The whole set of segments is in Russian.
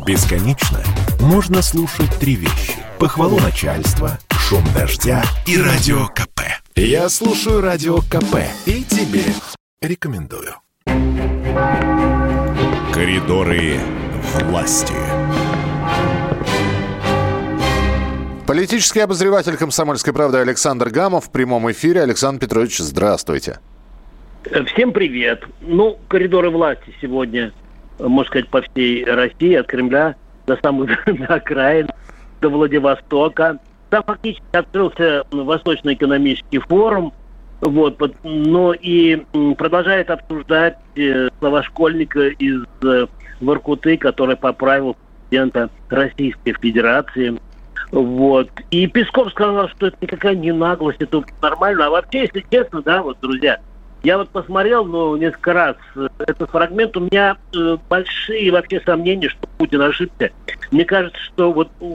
Бесконечно можно слушать три вещи: похвалу начальства, шум дождя и радио КП. Я слушаю радио КП и тебе рекомендую. Коридоры власти. Политический обозреватель «Комсомольской правды» Александр Гамов в прямом эфире. Александр Петрович, здравствуйте. Всем привет. Коридоры власти сегодня, можно сказать, по всей России, от Кремля до самых окраин, до Владивостока. Там фактически открылся Восточно-экономический форум, но и продолжает обсуждать слова школьника из Воркуты, который поправил президента Российской Федерации. И Песков сказал, что это никакая не наглость, это нормально. А вообще, если честно, друзья, я посмотрел, несколько раз этот фрагмент, у меня большие вообще сомнения, что Путин ошибся. Мне кажется, что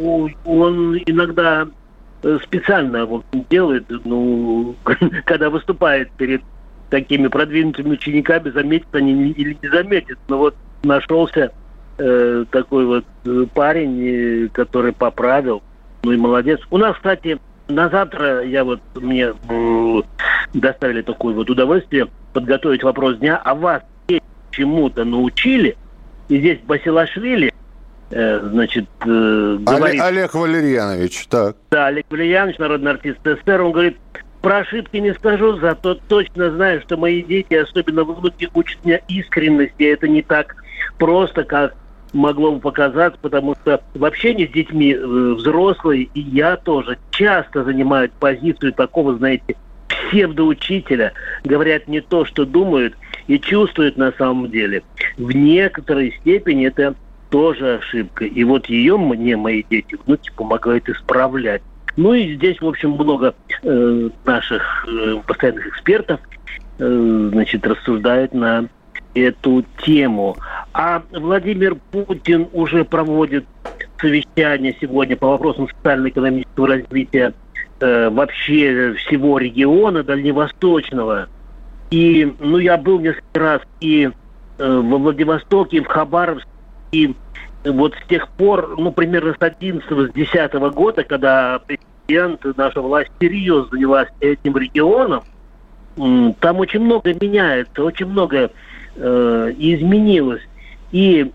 он иногда специально делает, когда выступает перед такими продвинутыми учениками, заметят они или не заметят. Но нашелся такой парень, который поправил. И молодец. У нас, кстати, на завтра мне доставили такое удовольствие подготовить вопрос дня. А вас чему-то научили? И здесь Басилашвили, говорит... Олег Валерьянович, так. Да, Олег Валерьянович, народный артист СССР, он говорит: про ошибки не скажу, зато точно знаю, что мои дети, особенно внуки, учат меня искренности. Это не так просто, как могло бы показаться, потому что в общении с детьми взрослые, и я тоже, часто занимают позицию такого, псевдоучителя, говорят не то, что думают и чувствуют на самом деле. В некоторой степени это тоже ошибка. И ее мне мои дети, внуки помогают исправлять. И здесь, в общем, много наших постоянных экспертов, рассуждают на эту тему. А Владимир Путин уже проводит совещание сегодня по вопросам социально-экономического развития вообще всего региона Дальневосточного. И, я был несколько раз и во Владивостоке, и в Хабаровске, и с тех пор, примерно с 11-10 года, когда президент, наша власть серьезно занялась этим регионом, там очень много меняется, очень много изменилось. И,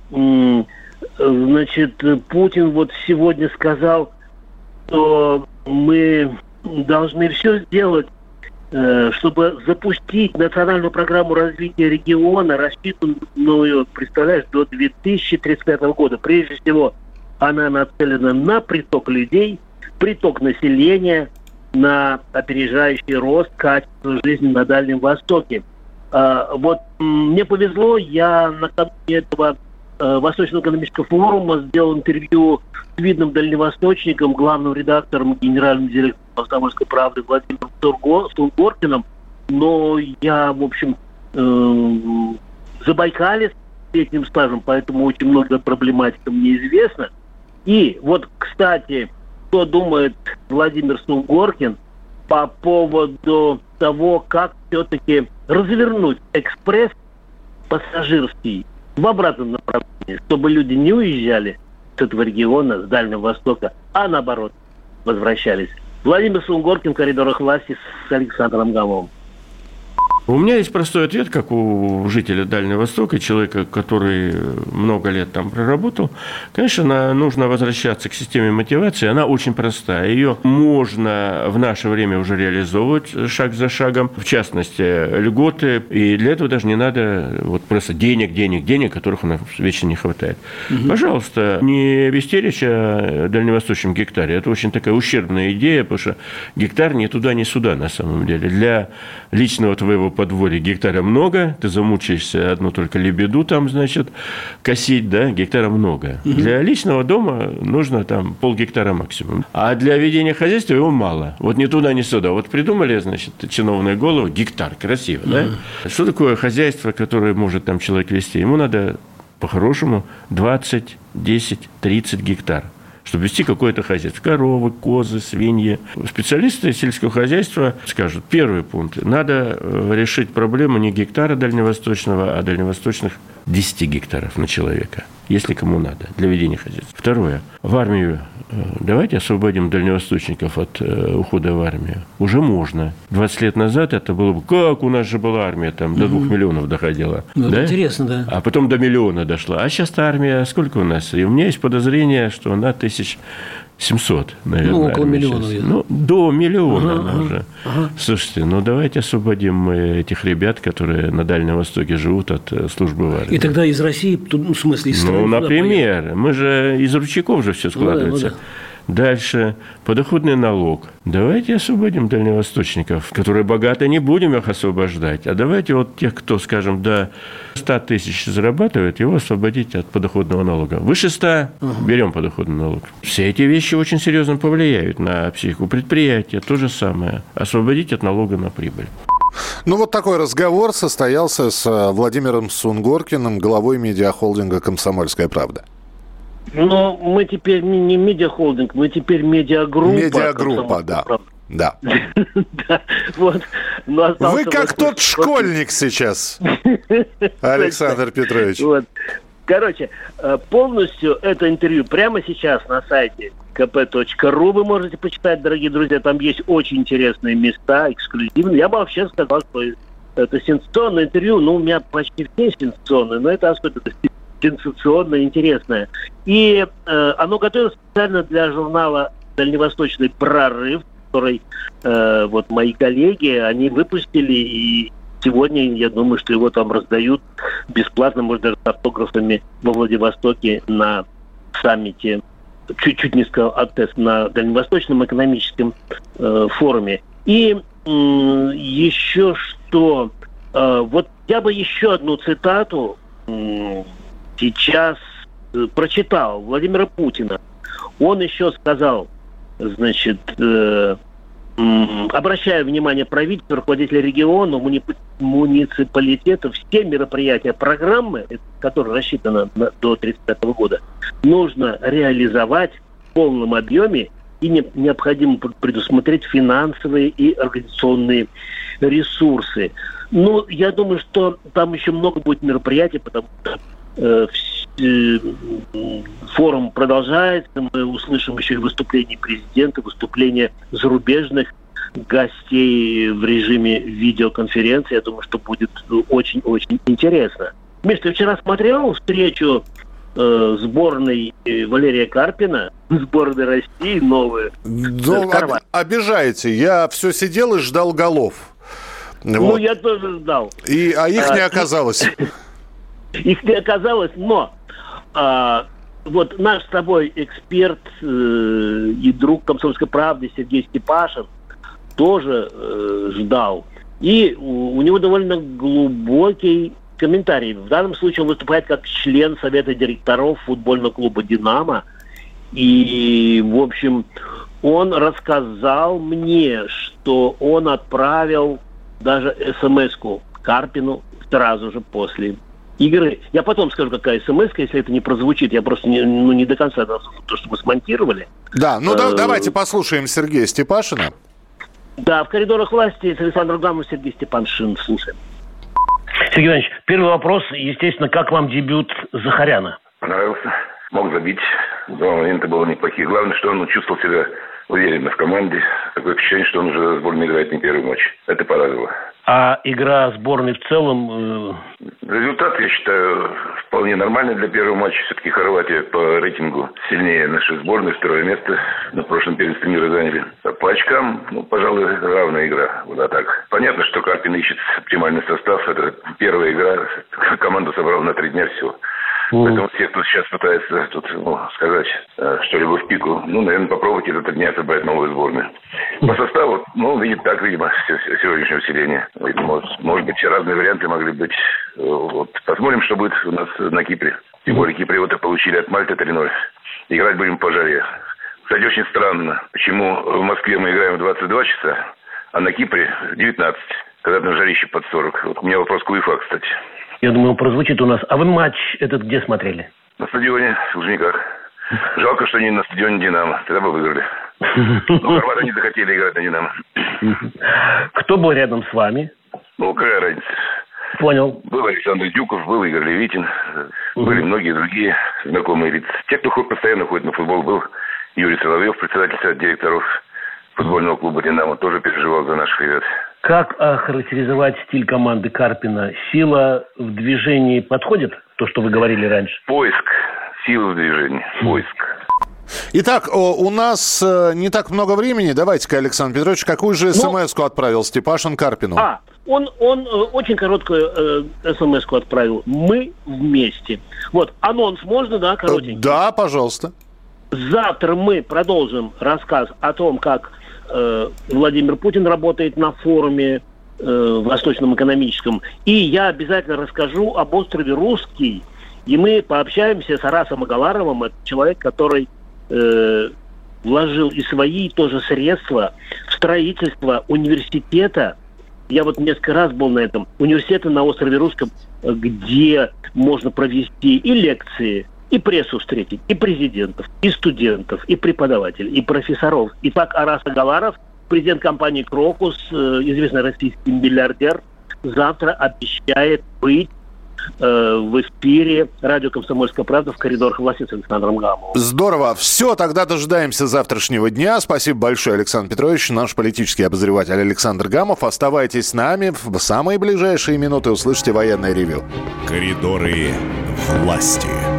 Путин сегодня сказал, что мы должны все сделать, чтобы запустить национальную программу развития региона, рассчитанную, представляешь, до 2035 года. Прежде всего, она нацелена на приток людей, приток населения, на опережающий рост качества жизни на Дальнем Востоке. Мне повезло, я накануне этого Восточного экономического форума сделал интервью с видным дальневосточником, главным редактором, генеральным директором «Комсомольской правды» Владимиром Сунгоркиным. Но я, в общем, забайкалец с этим стажем, поэтому очень много проблематика мне известна. И кстати, что думает Владимир Сунгоркин по поводу того, как все-таки развернуть экспресс пассажирский в обратном направлении, чтобы люди не уезжали с этого региона, с Дальнего Востока, а наоборот возвращались. Владимир Сунгоркин в «Коридорах власти» с Александром Гамовым. У меня есть простой ответ, как у жителя Дальнего Востока, человека, который много лет там проработал. Конечно, нужно возвращаться к системе мотивации. Она очень простая. Ее можно в наше время уже реализовывать шаг за шагом. В частности, льготы. И для этого даже не надо просто денег, которых у нас вечно не хватает. Угу. Пожалуйста, не вести речь о дальневосточном гектаре. Это очень такая ущербная идея, потому что гектар ни туда, ни сюда на самом деле. Для личного твоего подворья гектара много, ты замучаешься одну только лебеду там, косить, гектара много. Угу. Для личного дома нужно там полгектара максимум. А для ведения хозяйства его мало. Ни туда, ни сюда. Придумали, чиновные головы, гектар, красиво, да? Что такое хозяйство, которое может там человек вести? Ему надо, по-хорошему, 20, 10, 30 гектар. чтобы вести какое-то хозяйство. Коровы, козы, свиньи. Специалисты сельского хозяйства скажут, первый пункт. Надо решить проблему не гектара дальневосточного, а дальневосточных 10 гектаров на человека, если кому надо, для ведения хозяйства. Второе. В армию давайте освободим дальневосточников от ухода в армию. Уже можно. 20 лет назад это было бы, как у нас же была армия, там до 2 миллионов доходила. Ну, да? Это интересно, да. А потом до миллиона дошла. А сейчас-то армия сколько у нас? И у меня есть подозрение, что она 1700, наверное. Ну, около миллиона. Ну, до миллиона она уже. Слушайте, ну давайте освободим мы этих ребят, которые на Дальнем Востоке живут от службы в армии. И тогда из России, в смысле, из страны. Ну, например, мы же из ручейков же все складывается. Ну да. Дальше. Подоходный налог. Давайте освободим дальневосточников, которые богаты, не будем их освобождать. А давайте вот тех, кто, скажем, до 100 тысяч зарабатывает, его освободить от подоходного налога. Выше 100 берем подоходный налог. Все эти вещи очень серьезно повлияют на психику предприятия. То же самое. Освободить от налога на прибыль. Ну, вот такой разговор состоялся с Владимиром Сунгоркиным, главой медиахолдинга «Комсомольская правда». Но мы теперь не медиахолдинг, мы теперь медиагруппа. Медиагруппа, да. Да. Вот. Вы как тот школьник сейчас, Александр Петрович. Короче, полностью это интервью прямо сейчас на сайте kp.ru вы можете почитать, дорогие друзья. Там есть очень интересные места, эксклюзивные. Я бы вообще сказал, что это сенсационное интервью. Ну, у меня почти все сенсационные, но это особенно сенсационное, интересное. И оно готовилось специально для журнала «Дальневосточный прорыв», который вот мои коллеги, они выпустили, и сегодня, я думаю, что его там раздают бесплатно, может, даже с автографами во Владивостоке на саммите, чуть не сказал, АТЭС, на Дальневосточном экономическом форуме. И еще что, вот я бы еще одну цитату сейчас прочитал Владимира Путина. Он еще сказал, значит, обращая внимание правительства, руководителя региона, муниципалитетов, все мероприятия программы, которые рассчитаны до 1935 года, нужно реализовать в полном объеме, и необходимо предусмотреть финансовые и организационные ресурсы. Ну, я думаю, что там еще много будет мероприятий, потому что форум продолжается, мы услышим еще и выступления президента, выступления зарубежных гостей в режиме видеоконференции. Я думаю, что будет очень-очень интересно. Миш, ты вчера смотрел встречу сборной Валерия Карпина, сборной России новую? Да, обижаете. Я все сидел и ждал голов. Ну, вот. я тоже ждал. А их не оказалось. Их не оказалось, но вот наш с тобой эксперт и друг «Комсомольской правды» Сергей Степашин тоже ждал. И у него довольно глубокий комментарий. В данном случае он выступает как член совета директоров футбольного клуба «Динамо». И, в общем, он рассказал мне, что он отправил даже смс-ку Карпину сразу же после игры. Я потом скажу, какая смс-ка, если это не прозвучит. Я просто не до конца то, что мы смонтировали. Да, давайте послушаем Сергея Степашина. Да, в коридорах власти с Александром Гамовым Сергей Степашин. Слушаем. Сергей Иванович, первый вопрос, естественно, как вам дебют Захаряна? Понравился. Мог забить. Два момента было неплохие. Главное, что он чувствовал себя уверенно в команде. Такое ощущение, что он уже в сборной играет не первый матч. Это порадовало. А игра сборной в целом? Результат, я считаю, вполне нормальный для первого матча. Все-таки Хорватия по рейтингу сильнее нашей сборной. Второе место на прошлом первенстве мира заняли. По очкам, пожалуй, равная игра. Вот так. Понятно, что Карпин ищет оптимальный состав. Это первая игра. Команду собрал на 3 дня всего. Поэтому все, кто сейчас пытается тут сказать что-либо в пику, наверное, попробуйте за 3 дня собрать новую сборную. По составу, видит так, видимо, сегодняшнее усиление. Может быть, разные варианты могли быть. Вот. Посмотрим, что будет у нас на Кипре. Тем более киприоты получили от Мальты 3-0. Играть будем по жаре. Кстати, очень странно, почему в Москве мы играем в 22 часа, а на Кипре в 19, когда на жарище под 40. Вот у меня вопрос к УЕФА, кстати. Я думаю, прозвучит у нас. А вы матч этот где смотрели? На стадионе в Лужниках. Жалко, что не на стадионе «Динамо». Тогда бы выиграли. Но хорваты не захотели играть на «Динамо». Кто был рядом с вами? Какая разница? Понял. Был Александр Дюков, был Игорь Левитин, были многие другие знакомые лица. Те, кто постоянно ходит на футбол, был Юрий Соловьев, председатель совета директоров футбольного клуба «Динамо», тоже переживал за наших ребят. Как охарактеризовать стиль команды Карпина? Сила в движении подходит? То, что вы говорили раньше. Поиск. Сила в движении. Поиск. Итак, у нас не так много времени. Давайте-ка, Александр Петрович, какую же смс-ку отправил Степашин Карпину? Он очень короткую смс-ку отправил. Мы вместе. Вот, анонс можно, да, коротенький? Да, пожалуйста. Завтра мы продолжим рассказ о том, как Владимир Путин работает на форуме Восточном экономическом. И я обязательно расскажу об острове Русский. И мы пообщаемся с Арасом Агаларовым. Это человек, который вложил и свои тоже средства в строительство университета. Я вот несколько раз был на этом университете на острове Русском, где можно провести и лекции, и прессу встретить, и президентов, и студентов, и преподавателей, и профессоров. Итак, Арас Агаларов, президент компании «Крокус», известный российский миллиардер, завтра обещает быть в эфире радио «Комсомольская правда» в коридорах власти с Александром Гамовым. Здорово. Все, тогда дожидаемся завтрашнего дня. Спасибо большое, Александр Петрович. Наш политический обозреватель Александр Гамов. Оставайтесь с нами. В самые ближайшие минуты услышите военное ревю. Коридоры власти.